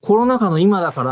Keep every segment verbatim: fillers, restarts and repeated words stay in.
コロナ禍の今だから、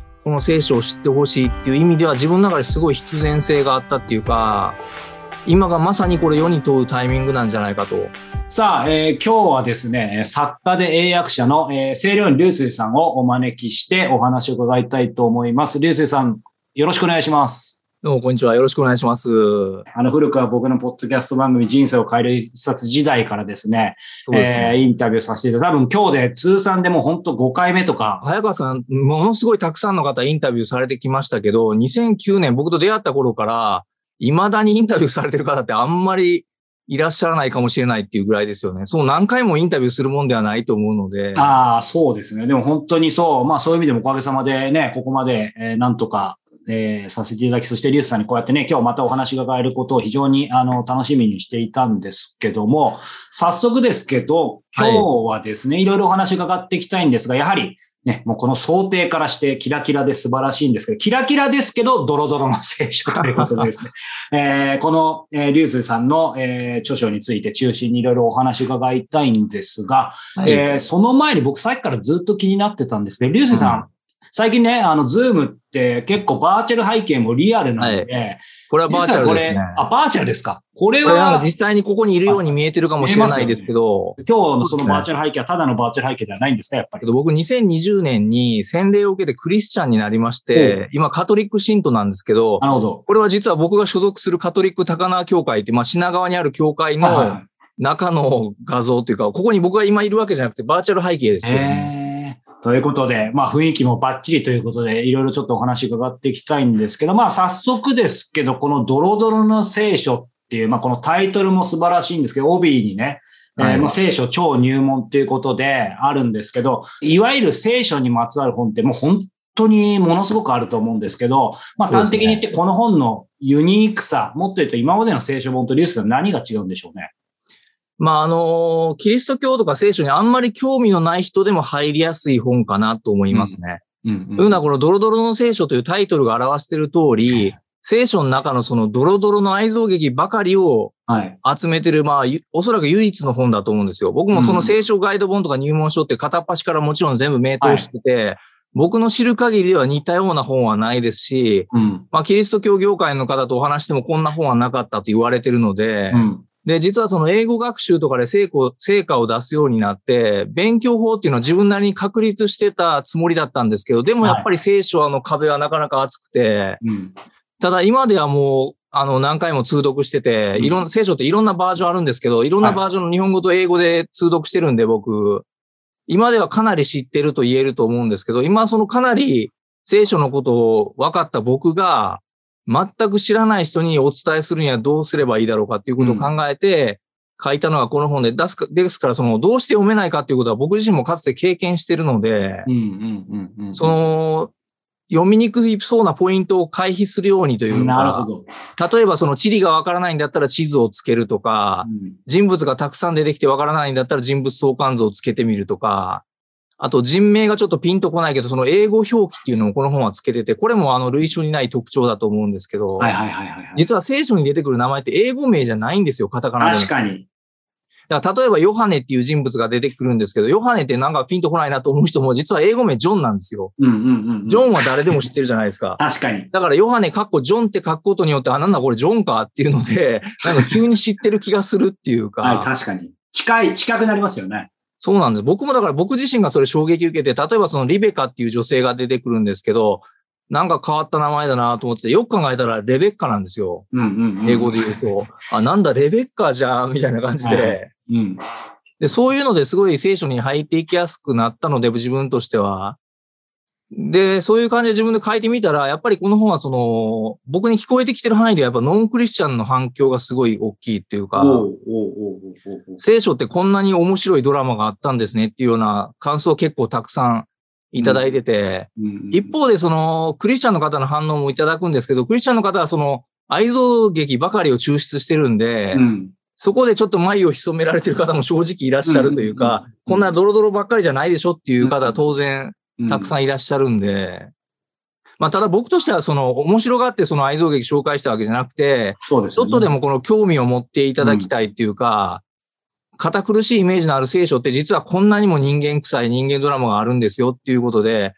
この聖書を知ってほしいっていう意味では自分の中ですごい必然性があったっていうか、今がまさにこれ世に問うタイミングなんじゃないかと。 さあ、えー、今日はですね、作家で英訳者の、えー、清涼院流水さんをお招きしてお話を伺いたいと思います。流水さん、よろしくお願いします。 どうもこんにちは。よろしくお願いします。 あの、古くは僕のポッドキャスト番組人生を変える一冊時代からですね、そうですね、えー、インタビューさせていただいて、多分今日で通算でも本当ごかいめとか。 早川さん、ものすごいたくさんの方インタビューされてきましたけど、にせんきゅうねん僕と出会った頃から、未だにインタビューされてる方ってあんまりいらっしゃらないかもしれないっていうぐらいですよね。そう何回もインタビューするもんではないと思うので。 ああ、そうですね。でも本当にそう。まあそういう意味でもおかげさまでね、ここまで、えー、なんとか、えー、させていただき、そしてリュウスさんにこうやってね、今日またお話が伺えることを非常にあの楽しみにしていたんですけども、早速ですけど、今日はですね、はい、いろいろお話伺っていきたいんですが、やはりね、もうこの想定からしてキラキラで素晴らしいんですけど、キラキラですけど、ドロドロの聖書ということでですね、えー、この、えー、リュウスさんの、えー、著書について中心にいろいろお話伺いたいんですが、はい、えー、その前に僕さっきからずっと気になってたんですけど、リュウスさん、うん、最近ね、あの、ズームって結構バーチャル背景もリアルなので、はい、 これはバーチャルですね。 あ、バーチャルですか。これは。 これは実際にここにいるように見えてるかもしれないですけど。 ね、今日のそのバーチャル背景はただのバーチャル背景ではないんですか、やっぱり。 僕にせんにじゅうねんに洗礼を受けてクリスチャンになりまして、今カトリック信徒なんですけど、 なるほど。 これは実は僕が所属するカトリック高輪教会って、まあ品川にある教会の中の画像っていうか、ここに僕が今いるわけじゃなくてバーチャル背景ですけどね。 ということで、まあ雰囲気もバッチリということで、いろいろちょっとお話伺っていきたいんですけど、まあ早速ですけど、このドロドロの聖書っていう、まあこのタイトルも素晴らしいんですけど、帯にね、はい、えー、まあ聖書超入門っていうことであるんですけど、いわゆる聖書にまつわる本ってもう本当にものすごくあると思うんですけど、まあ端的に言ってこの本のユニークさ、もっと言うと今までの聖書本とリュウスさん何が違うんでしょうね。 まあ、あの、キリスト教とか聖書にあんまり興味のない人でも入りやすい本かなと思いますね。うんうんうん、というのは、このドロドロの聖書というタイトルが表している通り、聖書の中のそのドロドロの愛憎劇ばかりを集めてる、まあ、おそらく唯一の本だと思うんですよ。僕もその聖書ガイド本とか入門書って片っ端からもちろん全部名刀してて、はい、僕の知る限りでは似たような本はないですし、うん、まあ、キリスト教業界の方とお話してもこんな本はなかったと言われてるので、うん、で、実はその英語学習とかで成果、成果を出すようになって、勉強法っていうのは自分なりに確立してたつもりだったんですけど、でもやっぱり聖書の壁はなかなか厚くて、はい、うん、ただ今ではもう、あの、何回も通読してて、いろんな、聖書っていろんなバージョンあるんですけど、いろんなバージョンの日本語と英語で通読してるんで、僕、今ではかなり知ってると言えると思うんですけど、今そのかなり聖書のことを分かった僕が、全く知らない人にお伝えするにはどうすればいいだろうかっていうことを考えて書いたのがこの本で、ですからそのどうして読めないかっていうことは僕自身もかつて経験してるので、その読みにくそうなポイントを回避するようにというか、なるほど。例えばその地理がわからないんだったら地図をつけるとか、うん、人物がたくさん出てきてわからないんだったら人物相関図をつけてみるとか、あと人名がちょっとピンとこないけど、その英語表記っていうのをこの本はつけてて、これもあの類書にない特徴だと思うんですけど、はいはいはいはい、実は聖書に出てくる名前って英語名じゃないんですよ、カタカナで。 確かに。 だから例えばヨハネっていう人物が出てくるんですけど、ヨハネってなんかピンとこないなと思う人も実は英語名ジョンなんですよ。うんうんうんうん、ジョンは誰でも知ってるじゃないですか。 確かに。 だからヨハネかっこジョンって書くことによって、あ、なんだこれジョンかっていうので、なんか急に知ってる気がするっていうか。 はい、確かに。近い、近くなりますよね。 そうなんです。僕もだから僕自身がそれ衝撃受けて、例えばそのリベカっていう女性が出てくるんですけど、なんか変わった名前だなと思って、よく考えたらレベッカなんですよ。うんうんうん、英語で言うと。あ、なんだレベッカじゃんみたいな感じで、はいうん。で。そういうのですごい聖書に入っていきやすくなったので、自分としては。で、そういう感じで自分で書いてみたら、やっぱりこの本はその、僕に聞こえてきてる範囲ではやっぱノンクリスチャンの反響がすごい大きいっていうか、聖書ってこんなに面白いドラマがあったんですねっていうような感想を結構たくさんいただいてて、うんうん、一方でそのクリスチャンの方の反応もいただくんですけど、クリスチャンの方はその愛憎劇ばかりを抽出してるんで、うん、そこでちょっと眉を潜められてる方も正直いらっしゃるというか、こんなドロドロばっかりじゃないでしょっていう方は当然たくさんいらっしゃるんで、まあ、ただ僕としてはその面白がってその愛憎劇紹介したわけじゃなくて、そうですね、ちょっとでもこの興味を持っていただきたいっていうか、うん、堅苦しいイメージのある聖書って実はこんなにも人間臭い人間ドラマがあるんですよっていうことで、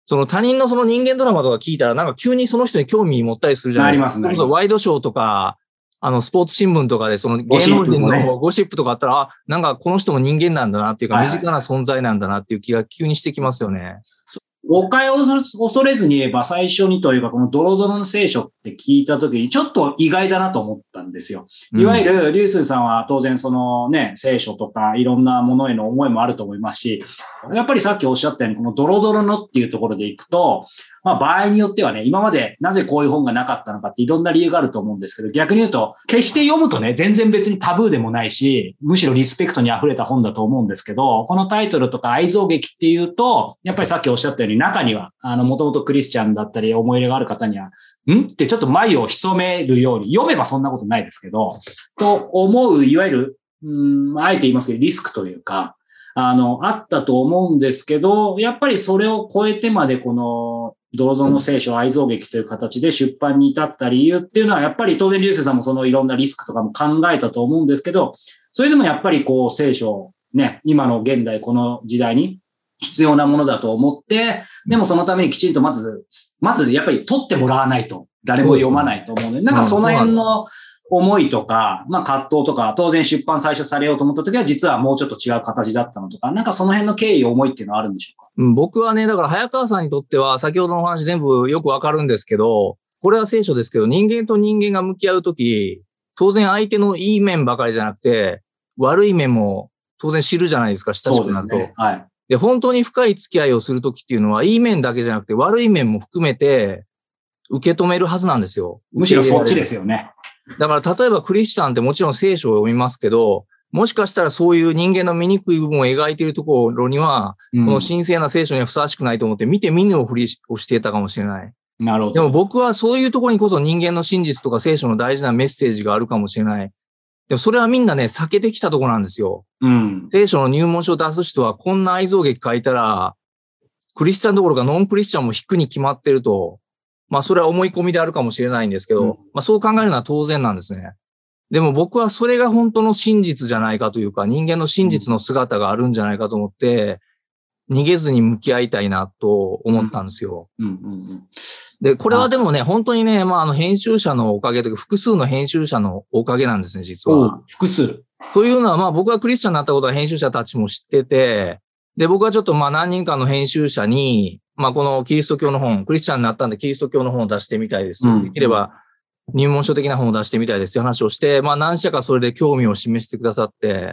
その他人のその人間ドラマとか聞いたら、なんか急にその人に興味持ったりするじゃないですか。 ありますね。 ワイドショーとか、あの、スポーツ新聞とかで、その芸能人のゴシップとかあったら、あ、なんかこの人も人間なんだなっていうか、身近な存在なんだなっていう気が急にしてきますよね。 誤解を恐れずに言えば、最初にというか、このドロドロの聖書って聞いたときに、ちょっと意外だなと思ったんですよ。いわゆる、リュウスーさんは当然そのね、聖書とかいろんなものへの思いもあると思いますし、やっぱりさっきおっしゃったように、このドロドロのっていうところでいくと、まあ場合によってはね、今までなぜこういう本がなかったのかっていろんな理由があると思うんですけど、逆に言うと、決して読むとね、全然別にタブーでもないし、むしろリスペクトに溢れた本だと思うんですけど、このタイトルとか愛憎劇っていうと、やっぱりさっきおっしゃったように中には、あの、もともとクリスチャンだったり思い入れがある方には、んってちょっと眉を潜めるように、読めばそんなことないですけど、と思う、いわゆる、うん、あえて言いますけど、リスクというか、あの、あったと思うんですけど、やっぱりそれを超えてまでこの、ドロドロの聖書愛憎劇という形で出版に至った理由っていうのは、やっぱり当然リュウセイさんもそのいろんなリスクとかも考えたと思うんですけど、それでもやっぱりこう聖書、ね、今の現代この時代に必要なものだと思って、でもそのためにきちんとまず、まずやっぱり取ってもらわないと誰も読まないと思うので、なんかその辺の思いとか、まあ葛藤とか、当然出版最初されようと思った時は実はもうちょっと違う形だったのとか、なんかその辺の経緯、思いっていうのはあるんでしょうか？ うん、僕はね、だから早川さんにとっては先ほどのお話全部よくわかるんですけど、これは聖書ですけど、人間と人間が向き合うとき、当然相手のいい面ばかりじゃなくて、悪い面も当然知るじゃないですか、親しくなると。 そうですね。はい。 で、本当に深い付き合いをするときっていうのは、いい面だけじゃなくて悪い面も含めて受け止めるはずなんですよ。 むしろそっちですよね。 だから例えばクリスチャンってもちろん聖書を読みますけど、もしかしたらそういう人間の醜い部分を描いているところには、うん、この神聖な聖書にはふさわしくないと思って見て見ぬふりをしていたかもしれない。 なるほど。 でも僕はそういうところにこそ人間の真実とか聖書の大事なメッセージがあるかもしれない。でもそれはみんなね、避けてきたところなんですよ。 うん。 聖書の入門書を出す人はこんな愛憎劇書いたら、クリスチャンどころかノンクリスチャンも引くに決まってると、まあそれは思い込みであるかもしれないんですけど、うん、まあそう考えるのは当然なんですね。でも僕はそれが本当の真実じゃないかというか、人間の真実の姿があるんじゃないかと思って、逃げずに向き合いたいなと思ったんですよ。 うんうんうんうん、 で、これはでもね、本当にね、まああの編集者のおかげというか、複数の編集者のおかげなんですね、実は。 複数。 というのは、まあ僕はクリスチャンになったことは編集者たちも知ってて、で、僕はちょっとまあ何人かの編集者に、まあこのキリスト教の本、クリスチャンになったんでキリスト教の本を出してみたいです。うん、できれば、入門書的な本を出してみたいですという話をして、まあ何社かそれで興味を示してくださって、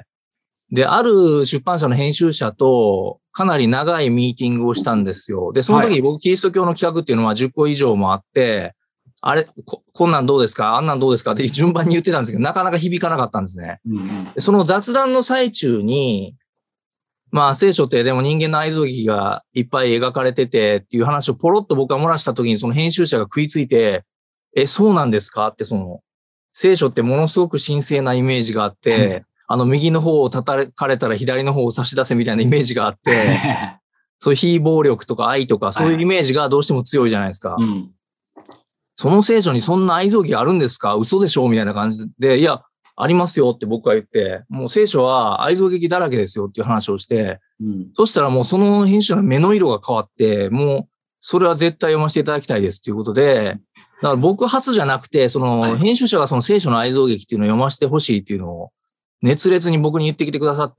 で、ある出版社の編集者とかなり長いミーティングをしたんですよ。で、その時僕キリスト教の企画っていうのはじゅっこ以上もあって、あれ、こ、こんなんどうですか？あんなんどうですか？って順番に言ってたんですけど、なかなか響かなかったんですね。 うんうん、 その雑談の最中に、まあ聖書ってでも人間の愛憎劇がいっぱい描かれててっていう話をポロッと僕が漏らした時にその編集者が食いついて、え、そうなんですかって、その、聖書ってものすごく神聖なイメージがあって、あの、右の方を叩かれたら左の方を差し出せみたいなイメージがあって、そういう非暴力とか愛とか、そういうイメージがどうしても強いじゃないですか。 うん、 その聖書にそんな愛憎劇あるんですか？嘘でしょみたいな感じで、いや、ありますよって僕は言って、もう聖書は愛憎劇だらけですよっていう話をして、 うん、 そしたらもうその編集者の目の色が変わって、もう、それは絶対読ませていただきたいですっていうことで、だから僕発じゃなくて、その編集者がその聖書の愛憎劇っていうのを読ませてほしいっていうのを熱烈に僕に言ってきてくださって、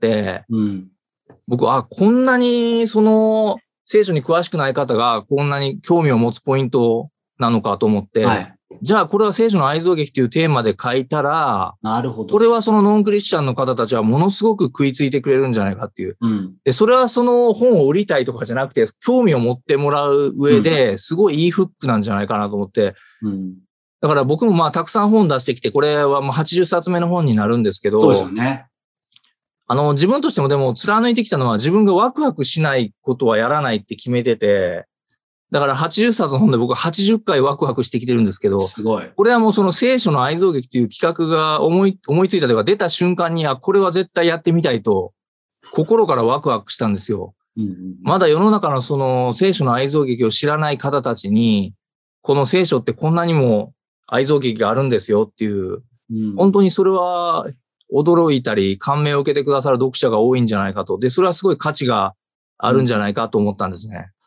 うん、 僕、あ、こんなにその聖書に詳しくない方がこんなに興味を持つポイントなのかと思って、 はい、 じゃあこれは聖書の愛憎劇っていうテーマで書いたら、 なるほど。 これはそのノンクリスチャンの方たちはものすごく食いついてくれるんじゃないかっていう。 うん、で、 それはその本を売りたいとかじゃなくて、興味を持ってもらう上で、すごいいいフックなんじゃないかなと思って、 うんだから僕もまあたくさん本出してきて、これはもうはちじゅっさつめの本になるんですけど、 そうですよね。 あの自分としてもでも貫いてきたのは自分がワクワクしないことはやらないって決めてて、だからはちじゅっさつの本で僕ははちじゅっかいワクワクしてきてるんですけど、 すごい。 これはもうその聖書の愛憎劇という企画が思い、思いついたというか出た瞬間にはこれは絶対やってみたいと心からワクワクしたんですよ。 うんうん、 まだ世の中のその聖書の愛憎劇を知らない方たちに、この聖書ってこんなにも愛憎劇があるんですよっていう、 うん、 本当にそれは驚いたり感銘を受けてくださる読者が多いんじゃないかと。で、それはすごい価値があるんじゃないかと思ったんですね。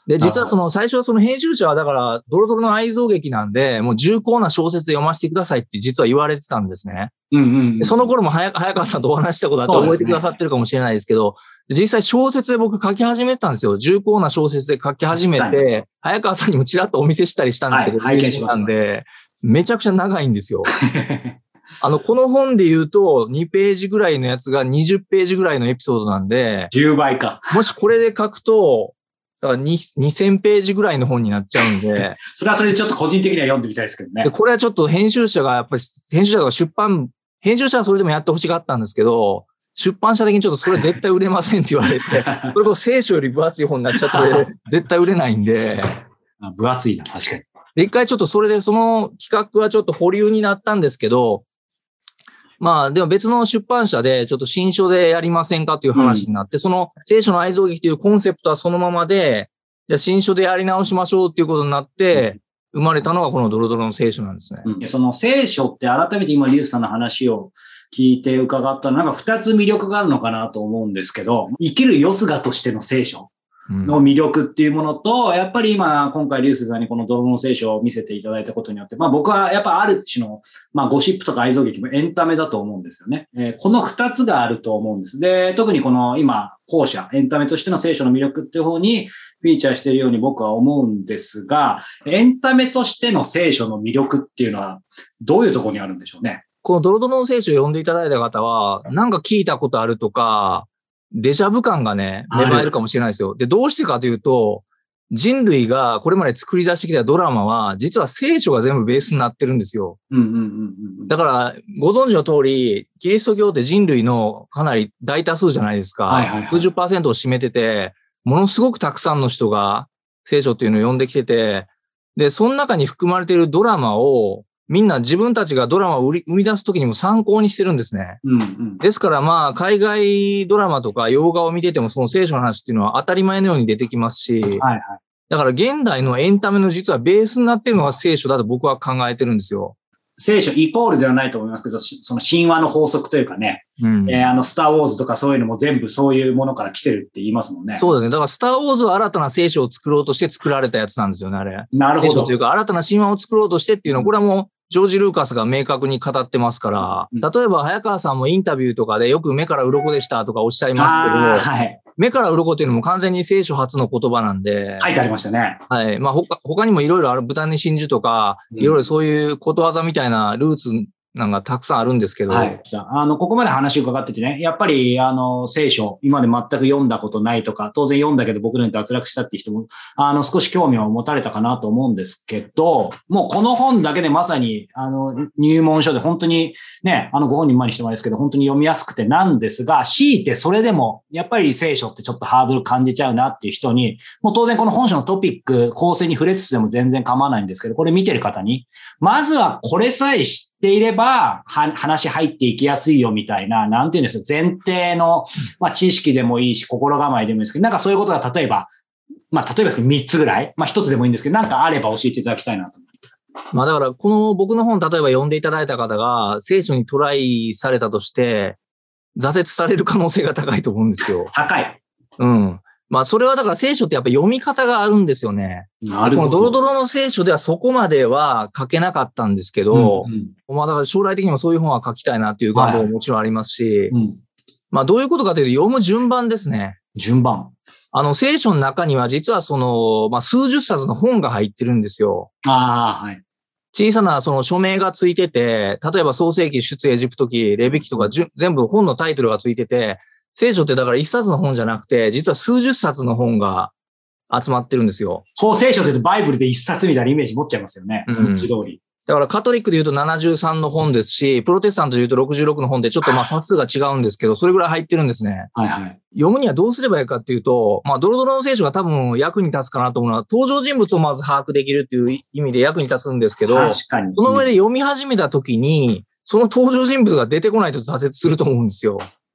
で、実はその最初はその編集者はだからドロドロの愛憎劇なんで、もう重厚な小説読ませてくださいって実は言われてたんですね。 うんうんうん、 でその頃も早川さんとお話したことあって覚えてくださってるかもしれないですけど、ね、実際小説で僕書き始めてたんですよ。重厚な小説で書き始めて、早川さんにもちらっとお見せしたりしたんですけど、 はい、拝見しました。 なんで、めちゃくちゃ長いんですよ。あの、この本で言うと、にページぐらいのやつがにじゅっページぐらいのエピソードなんで、 じゅうばいか。 もしこれで書くと、だからにせんページぐらいの本になっちゃうんで。 それはそれでちょっと個人的には読んでみたいですけどね。 でこれはちょっと編集者が、やっぱり、編集者が出版、編集者はそれでもやってほしかったんですけど、出版社的にちょっとそれ絶対売れませんって言われて、それこそ聖書より分厚い本になっちゃって、絶対売れないんで。 分厚いな、確かに。 で、一回ちょっとそれでその企画はちょっと保留になったんですけど、まあ、でも別の出版社でちょっと新書でやりませんかという話になって、うん、その聖書の愛憎劇というコンセプトはそのままで、じゃあ新書でやり直しましょうっていうことになって、生まれたのがこのドロドロの聖書なんですね。 うん、その聖書って改めて今リュウスさんの話を聞いて伺ったのなんか二つ魅力があるのかなと思うんですけど、生きるよすがとしての聖書の魅力っていうものと、うん、やっぱり今、今回リュウスさんにこのドロドロの聖書を見せていただいたことによって、まあ僕はやっぱある種の、まあゴシップとか愛憎劇もエンタメだと思うんですよね。えー、この二つがあると思うんです。で、特にこの今、後者、エンタメとしての聖書の魅力っていう方にフィーチャーしているように僕は思うんですが、エンタメとしての聖書の魅力っていうのはどういうところにあるんでしょうね。 このドロドロの聖書を読んでいただいた方は、なんか聞いたことあるとか、デジャブ感がね、芽生えるかもしれないですよ。で、どうしてかというと、人類がこれまで作り出してきたドラマは、実は聖書が全部ベースになってるんですよ。 うんうんうんうん、 だから、ご存知の通り、キリスト教って人類のかなり大多数じゃないですか。 はいはいはい、 数十パーセントを占めてて、ものすごくたくさんの人が聖書っていうのを読んできてて、で、その中に含まれているドラマを、みんな自分たちがドラマを生み出すときにも参考にしてるんですね。 うんうん、 ですからまあ、海外ドラマとか洋画を見ててもその聖書の話っていうのは当たり前のように出てきますし、 はいはい、 だから現代のエンタメの実はベースになっているのが聖書だと僕は考えてるんですよ。 聖書イコールではないと思いますけど、その神話の法則というかね、うんえー、あの、スターウォーズとかそういうのも全部そういうものから来てるって言いますもんね。 そうですね。だからスターウォーズは新たな聖書を作ろうとして作られたやつなんですよね、あれ。 なるほど。 聖書というか新たな神話を作ろうとしてっていうのは、これはもうジョージ・ルーカスが明確に語ってますから、うん、例えば早川さんもインタビューとかでよく目から鱗でしたとかおっしゃいますけど、 はい、 目から鱗っていうのも完全に聖書初の言葉なんで。 書いてありましたね。 はい。まあ他、他にもいろいろある、豚に真珠とか、いろいろそういうことわざみたいなルーツなんかたくさんあるんですけど。 はい。あの、ここまで話伺っててね、やっぱり、あの、聖書、今まで全く読んだことないとか、当然読んだけど僕らに脱落したっていう人も、あの、少し興味を持たれたかなと思うんですけど、もうこの本だけでまさに、あの、入門書で本当にね、あの、ご本人前にしてもらいですけど、本当に読みやすくてなんですが、強いてそれでも、やっぱり聖書ってちょっとハードル感じちゃうなっていう人に、もう当然この本書のトピック、構成に触れつつでも全然構わないんですけど、これ見てる方に、まずはこれさえ知ってていれば、は、話入っていきやすいよみたいな、なんていうんですよ、前提の、まあ知識でもいいし、心構えでもいいですけど、なんかそういうことが例えば、まあ例えばですね、みっつぐらい、まあひとつでもいいんですけど、なんかあれば教えていただきたいなと思います。 まあだから、この僕の本、例えば読んでいただいた方が、聖書にトライされたとして、挫折される可能性が高いと思うんですよ。 高い。 うん。まあそれはだから聖書ってやっぱ読み方があるんですよね。 なるほど。 このドロドロの聖書ではそこまでは書けなかったんですけど、うんうん、まあだから将来的にもそういう本は書きたいなっていう願望ももちろんありますし、はいうん、まあどういうことかというと読む順番ですね。 順番。 あの聖書の中には実はその、まあ数十冊の本が入ってるんですよ。 ああ、はい。 小さなその署名がついてて、例えば創世記、出エジプト記、レビ記とか全部本のタイトルがついてて、聖書ってだから一冊の本じゃなくて、実は数十冊の本が集まってるんですよ。 そう、聖書って言うとバイブルで一冊みたいなイメージ持っちゃいますよね。うん。文字通り。 だからカトリックで言うとななじゅうさんの本ですし、プロテスタントで言うとろくじゅうろくの本でちょっとまあ冊数が違うんですけど、それぐらい入ってるんですね。 はいはい。 読むにはどうすればいいかっていうと、まあドロドロの聖書が多分役に立つかなと思うのは、登場人物をまず把握できるっていう意味で役に立つんですけど、 確かに。 その上で読み始めた時に、その登場人物が出てこないと挫折すると思うんですよ。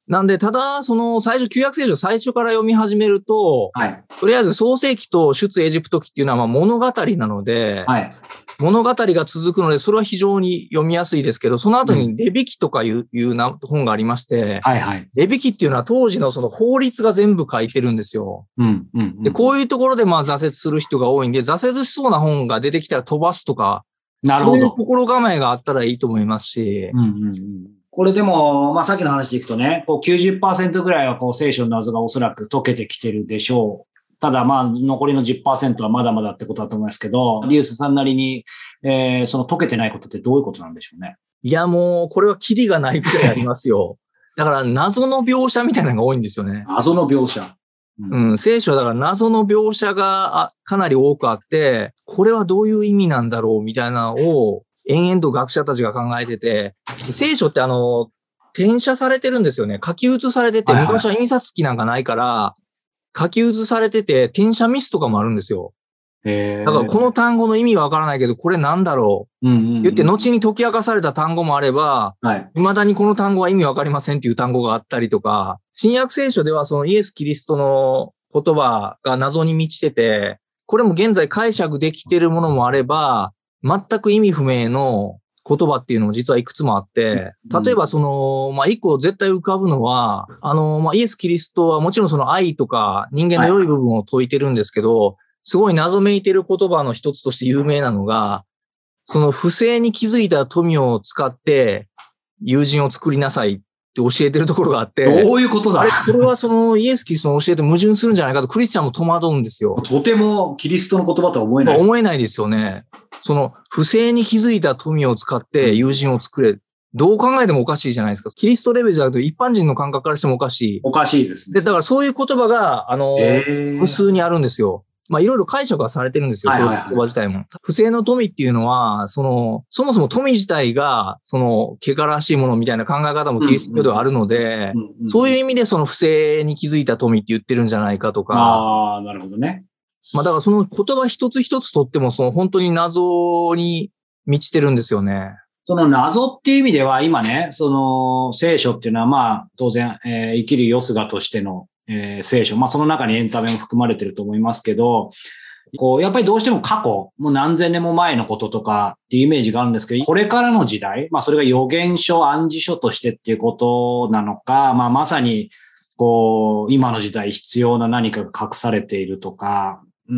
なんで、ただ、その、最初、旧約聖書最初から読み始めると、はい、とりあえず創世記と出エジプト記っていうのはまあ物語なので、はい、物語が続くので、それは非常に読みやすいですけど、その後にレビ記とかいう、いうな本がありまして、はいはい、レビ記っていうのは当時のその法律が全部書いてるんですよ。うんうんうん、で、こういうところでまあ挫折する人が多いんで、挫折しそうな本が出てきたら飛ばすとか、なるほど。そういう心構えがあったらいいと思いますし、うんうんうん、 これでも、まあ、さっきの話でいくとね、こう きゅうじゅっパーセント ぐらいはこう聖書の謎がおそらく解けてきてるでしょう。ただまあ、残りの じゅっパーセント はまだまだってことだと思いますけど、リュウスさんなりに、えー、その解けてないことってどういうことなんでしょうね。 いや、もう、これはキリがないくらいありますよ。だから、謎の描写みたいなのが多いんですよね。 謎の描写。 うん、うん、聖書はだから謎の描写がかなり多くあって、これはどういう意味なんだろうみたいなのを、延々と学者たちが考えてて、聖書ってあの、転写されてるんですよね。書き写されてて、昔は印刷機なんかないから、書き写されてて、転写ミスとかもあるんですよ。へー。だからこの単語の意味がわからないけど、これなんだろう、うんうんうん、言って、後に解き明かされた単語もあれば、はい、未だにこの単語は意味わかりませんっていう単語があったりとか、新約聖書ではそのイエス・キリストの言葉が謎に満ちてて、これも現在解釈できてるものもあれば、全く意味不明の言葉っていうのも実はいくつもあって、例えばその、まあ、一個絶対浮かぶのは、あの、まあ、イエス・キリストはもちろんその愛とか人間の良い部分を説いてるんですけど、すごい謎めいてる言葉の一つとして有名なのが、その不正に気づいた富を使って友人を作りなさいって教えてるところがあって。 どういうことだ？ あれ、これはそのイエス・キリストの教えて矛盾するんじゃないかとクリスチャンも戸惑うんですよ。 とてもキリストの言葉とは思えないです。 思えないですよね。その不正に気づいた富を使って友人を作れ。うん、どう考えてもおかしいじゃないですか。キリストレベルじゃなくて一般人の感覚からしてもおかしい。 おかしいですね。 で、だからそういう言葉が、あの、無数にあるんですよ。まあいろいろ解釈はされてるんですよ。そういう言葉自体も。不正の富っていうのは、その、そもそも富自体が、その、汚らしいものみたいな考え方もキリスト教ではあるので、そういう意味でその不正に気づいた富って言ってるんじゃないかとか。 ああ、なるほどね。 まあだからその言葉一つ一つとっても、その本当に謎に満ちてるんですよね。 その謎っていう意味では、今ね、その聖書っていうのはまあ当然、えー、生きるよすがとしてのえー、聖書。まあ、その中にエンタメも含まれてると思いますけど、こう、やっぱりどうしても過去、もう何千年も前のこととかっていうイメージがあるんですけど、これからの時代、まあ、それが預言書、暗示書としてっていうことなのか、まあ、まさに、こう、今の時代必要な何かが隠されているとか、うん、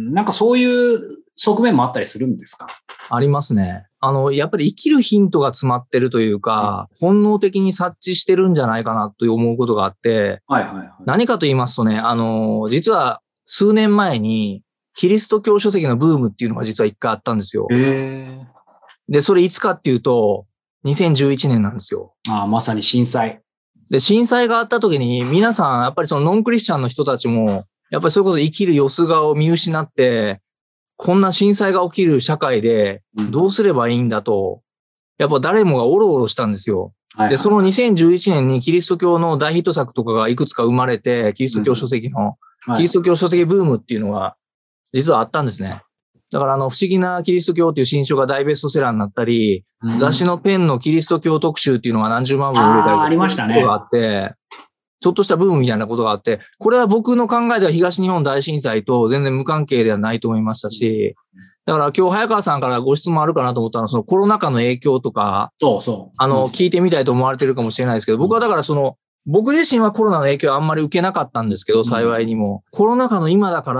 なんかそういう側面もあったりするんですか？ ありますね。あの、やっぱり生きるヒントが詰まってるというか、うん、本能的に察知してるんじゃないかなと思うことがあって、はいはいはい、何かと言いますとね、あの、実は数年前にキリスト教書籍のブームっていうのが実は一回あったんですよ。へー。で、それいつかっていうと、にせんじゅういちねんなんですよ。 ああ、まさに震災。 で、震災があった時に皆さん、やっぱりそのノンクリスチャンの人たちも、やっぱりそれこそ生きるよすがを見失って、こんな震災が起きる社会でどうすればいいんだと、やっぱ誰もがおろおろしたんですよ。はいはい、で、そのにせんじゅういちねんにキリスト教の大ヒット作とかがいくつか生まれて、キリスト教書籍の、うんはい、キリスト教書籍ブームっていうのが実はあったんですね。だからあの、不思議なキリスト教っていう新書が大ベストセラーになったり、うん、雑誌のペンのキリスト教特集っていうのが何十万部売れたりとか、 ありましたね。 があって、ちょっとしたブームみたいなことがあって、これは僕の考えでは東日本大震災と全然無関係ではないと思いましたし、だから今日早川さんからご質問あるかなと思ったのは、そのコロナ禍の影響とか、そうそう。あの、聞いてみたいと思われてるかもしれないですけど、僕はだからその、僕自身はコロナの影響はあんまり受けなかったんですけど、幸いにも。コロナ禍の今だから、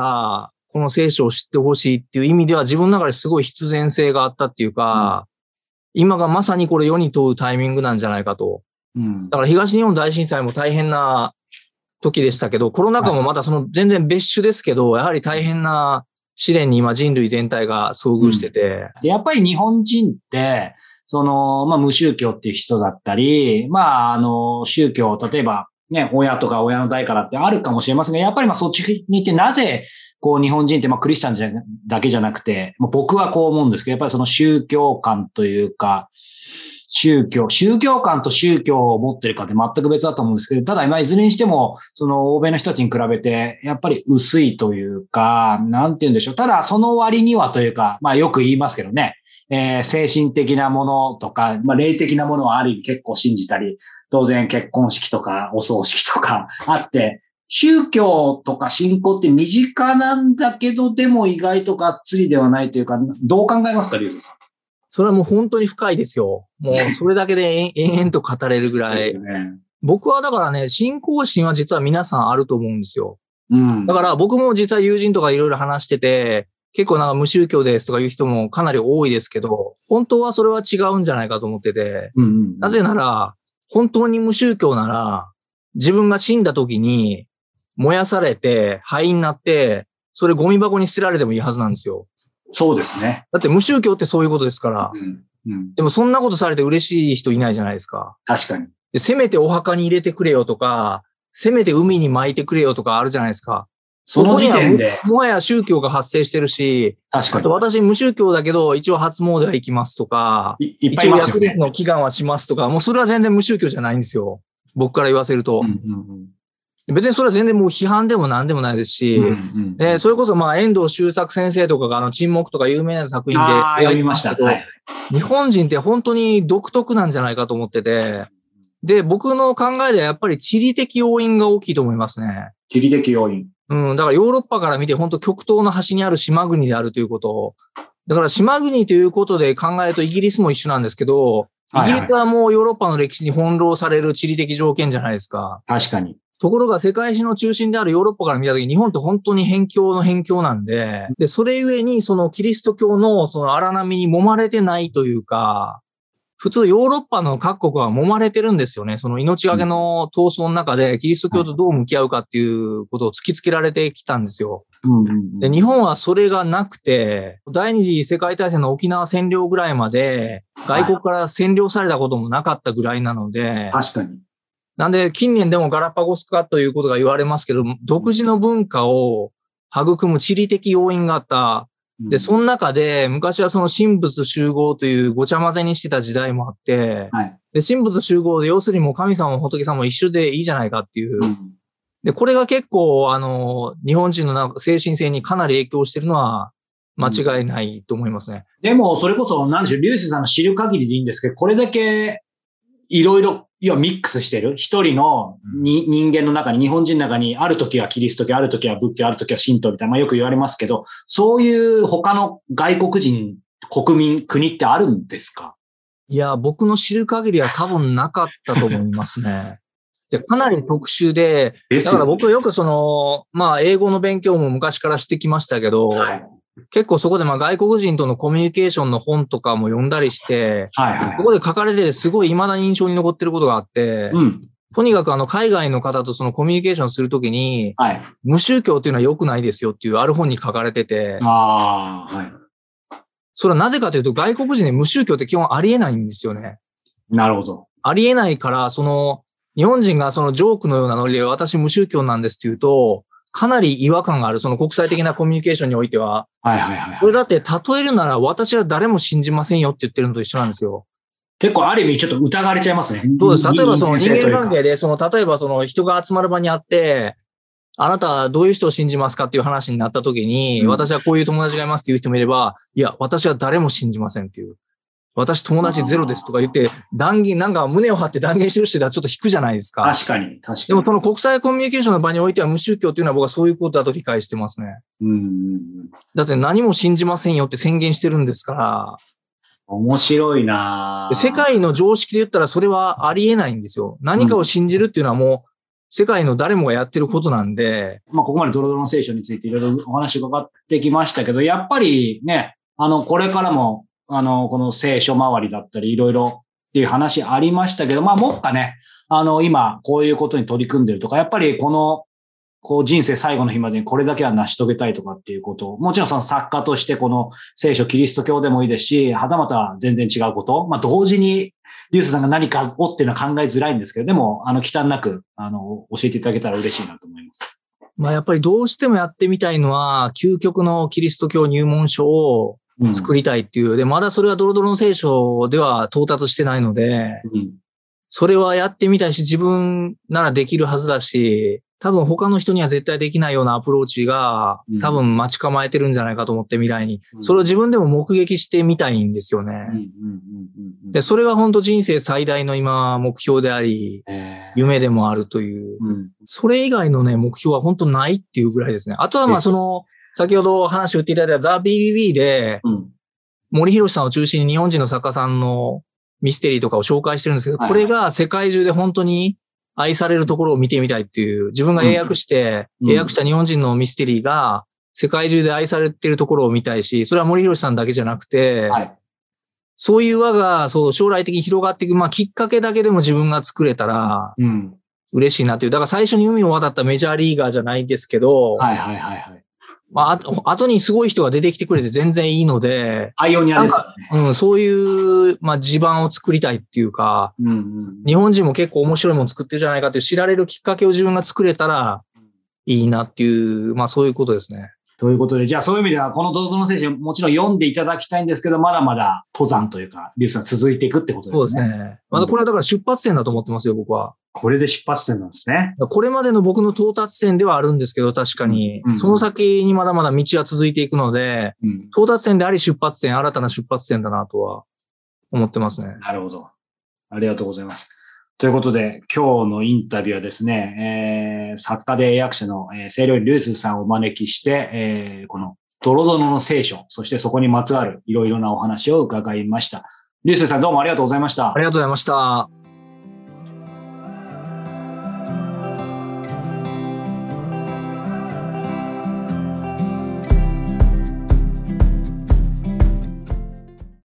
この聖書を知ってほしいっていう意味では自分の中ですごい必然性があったっていうか、今がまさにこれ世に問うタイミングなんじゃないかと。うん、だから東日本大震災も大変な時でしたけど、コロナ禍もまたその全然別種ですけど、やはり大変な試練に今人類全体が遭遇してて。 うん、でやっぱり日本人って、その、まあ無宗教っていう人だったり、まああの宗教、例えばね、親とか親の代からってあるかもしれませんが、やっぱりまあそっちに行ってなぜこう日本人ってまあクリスチャンじゃだけじゃなくて、まあ、僕はこう思うんですけど、やっぱりその宗教観というか、 宗教、宗教観と宗教を持ってるかって全く別だと思うんですけど、ただ、まあ、いずれにしても、その、欧米の人たちに比べて、やっぱり薄いというか、なんて言うんでしょう。ただ、その割にはというか、まあ、よく言いますけどね、えー、精神的なものとか、まあ、霊的なものはある意味結構信じたり、当然結婚式とかお葬式とかあって、宗教とか信仰って身近なんだけど、でも意外とがっつりではないというか、どう考えますか、リュウジさん。 それはもう本当に深いですよ。もうそれだけで延々と語れるぐらい。ね、僕はだからね、信仰心は実は皆さんあると思うんですよ。うん、だから僕も実は友人とかいろいろ話してて、結構なんか無宗教ですとかいう人もかなり多いですけど、本当はそれは違うんじゃないかと思ってて、うんうんうん、なぜなら、本当に無宗教なら、自分が死んだ時に燃やされて灰になって、それゴミ箱に捨てられてもいいはずなんですよ。 そうですね。 だって無宗教ってそういうことですから。うんうん、でもそんなことされて嬉しい人いないじゃないですか。 確かに。 で、せめてお墓に入れてくれよとか、せめて海に撒いてくれよとかあるじゃないですか。 その時点で。 もはや宗教が発生してるし、 確かに。 あと私無宗教だけど、一応初詣は行きますとか、 いいっぱいいますよね。 一応薬物の祈願はしますとか、もうそれは全然無宗教じゃないんですよ。僕から言わせると。うんうんうん別にそれは全然もう批判でも何でもないですし、うんうんうん、それこそまあ遠藤周作先生とかがあの沈黙とか有名な作品で読みました。はい、 日本人って本当に独特なんじゃないかと思ってて、で、僕の考えではやっぱり地理的要因が大きいと思いますね。 地理的要因。 うん、だからヨーロッパから見て本当極東の端にある島国であるということを、だから島国ということで考えるとイギリスも一緒なんですけど、イギリスはもうヨーロッパの歴史に翻弄される地理的条件じゃないですか。 確かに。 ところが世界史の中心であるヨーロッパから見たときに日本って本当に辺境の辺境なんで、で、それゆえにそのキリスト教のその荒波に揉まれてないというか、普通ヨーロッパの各国は揉まれてるんですよね。その命がけの闘争の中でキリスト教とどう向き合うかっていうことを突きつけられてきたんですよ。で、日本はそれがなくて、第二次世界大戦の沖縄占領ぐらいまで外国から占領されたこともなかったぐらいなので、 確かに。 なんで近年でもガラパゴス化ということが言われますけど、独自の文化を育む地理的要因があった。で、その中で昔はその神仏集合というごちゃ混ぜにしてた時代もあって、はい、で、神仏集合で要するにもう神様も仏様も一緒でいいじゃないかっていう。うん、で、これが結構あの、日本人のなんか精神性にかなり影響してるのは間違いないと思いますね。 うん、でも、それこそ、なんでしょう、リュウセイさんの知る限りでいいんですけど、これだけいろいろ要はミックスしてる一人のに、うん、人間の中に、日本人の中にある時はキリスト教、ある時は仏教、ある時は神道みたいな、まあよく言われますけど、そういう他の外国人、国民、国ってあるんですか？ いや、僕の知る限りは多分なかったと思いますね。で、かなり特殊で、だから僕はよくその、まあ英語の勉強も昔からしてきましたけど、はい、結構そこでまあ外国人とのコミュニケーションの本とかも読んだりして、はいはい、ここで書かれててすごい未だに印象に残ってることがあって、うん、とにかくあの海外の方とそのコミュニケーションするときに、はい、無宗教っていうのは良くないですよっていうある本に書かれてて、あはい、それはなぜかというと外国人で無宗教って基本ありえないんですよね。 なるほど。 ありえないから、その日本人がそのジョークのようなノリで私無宗教なんですって言うと、かなり違和感がある、その国際的なコミュニケーションにおいては。はいはいはい、はい。これだって例えるなら私は誰も信じませんよって言ってるのと一緒なんですよ。 結構ある意味ちょっと疑われちゃいますね。 そうです。例えばその人間関係で、その例えばその人が集まる場にあって、あなたはどういう人を信じますかっていう話になった時に、うん、私はこういう友達がいますっていう人もいれば、いや、私は誰も信じませんっていう。私友達ゼロですとか言って、断言、なんか胸を張って断言してる人はちょっと引くじゃないですか。 確かに、確かに。 でもその国際コミュニケーションの場においては無宗教というのは僕はそういうことだと理解してますね。うん。だって何も信じませんよって宣言してるんですから。 面白いなぁ。 世界の常識で言ったらそれはありえないんですよ。何かを信じるっていうのはもう世界の誰もがやってることなんで。 まあここまでドロドロの聖書についていろいろお話伺ってきましたけど、やっぱりね、あの、これからもあの、この聖書周りだったり、いろいろっていう話ありましたけど、まあ、もっかね、あの、今、こういうことに取り組んでるとか、やっぱりこの、こう、人生最後の日までにこれだけは成し遂げたいとかっていうことを、もちろんその作家としてこの聖書、キリスト教でもいいですし、はたまた全然違うこと、まあ、同時に、リュウスさんが何かをっていうのは考えづらいんですけど、でも、あの、忌憚なく、あの、教えていただけたら嬉しいなと思います。 まあ、やっぱりどうしてもやってみたいのは、究極のキリスト教入門書を、 作りたいっていう。うん、で、まだそれはドロドロの聖書では到達してないので、うん、それはやってみたいし、自分ならできるはずだし、多分他の人には絶対できないようなアプローチが多分待ち構えてるんじゃないかと思って未来に。それを自分でも目撃してみたいんですよね。で、それが本当人生最大の今目標であり、夢でもあるという。それ以外のね、目標は本当ないっていうぐらいですね。あとはまあその、先ほど話を言っていただいたザ・ビービービー で、森博さんを中心に日本人の作家さんのミステリーとかを紹介してるんですけど、これが世界中で本当に愛されるところを見てみたいっていう、自分が英訳して、うん、英訳した日本人のミステリーが世界中で愛されているところを見たいし、それは森博さんだけじゃなくて、はい、そういう輪がそう将来的に広がっていく、まあきっかけだけでも自分が作れたら、嬉しいなっていう。だから最初に海を渡ったメジャーリーガーじゃないんですけど、 はいはいはいはい。 まあ、後にすごい人が出てきてくれて全然いいので、 パイオニアですね。うん、そういう、まあ、地盤を作りたいっていうか、うんうん、日本人も結構面白いもの作ってるじゃないかっていう知られるきっかけを自分が作れたらいいなっていう、まあそういうことですね。 ということで、じゃあそういう意味では、このドロドロの聖書もちろん読んでいただきたいんですけど、まだまだ登山というか、リュウさん続いていくってことですね。 そうですね。まだこれはだから出発点だと思ってますよ、僕は。 これで出発点なんですね。 これまでの僕の到達点ではあるんですけど、確かに。うんうん、その先にまだまだ道は続いていくので、うん、到達点であり出発点、新たな出発点だなとは思ってますね。 なるほど。ありがとうございます。ということで、今日のインタビューはですね、えー、作家で英訳者の、えー、清涼院リュウスさんをお招きして、えー、このドロドロの聖書、そしてそこにまつわるいろいろなお話を伺いました。リュウスさんどうもありがとうございました。 ありがとうございました。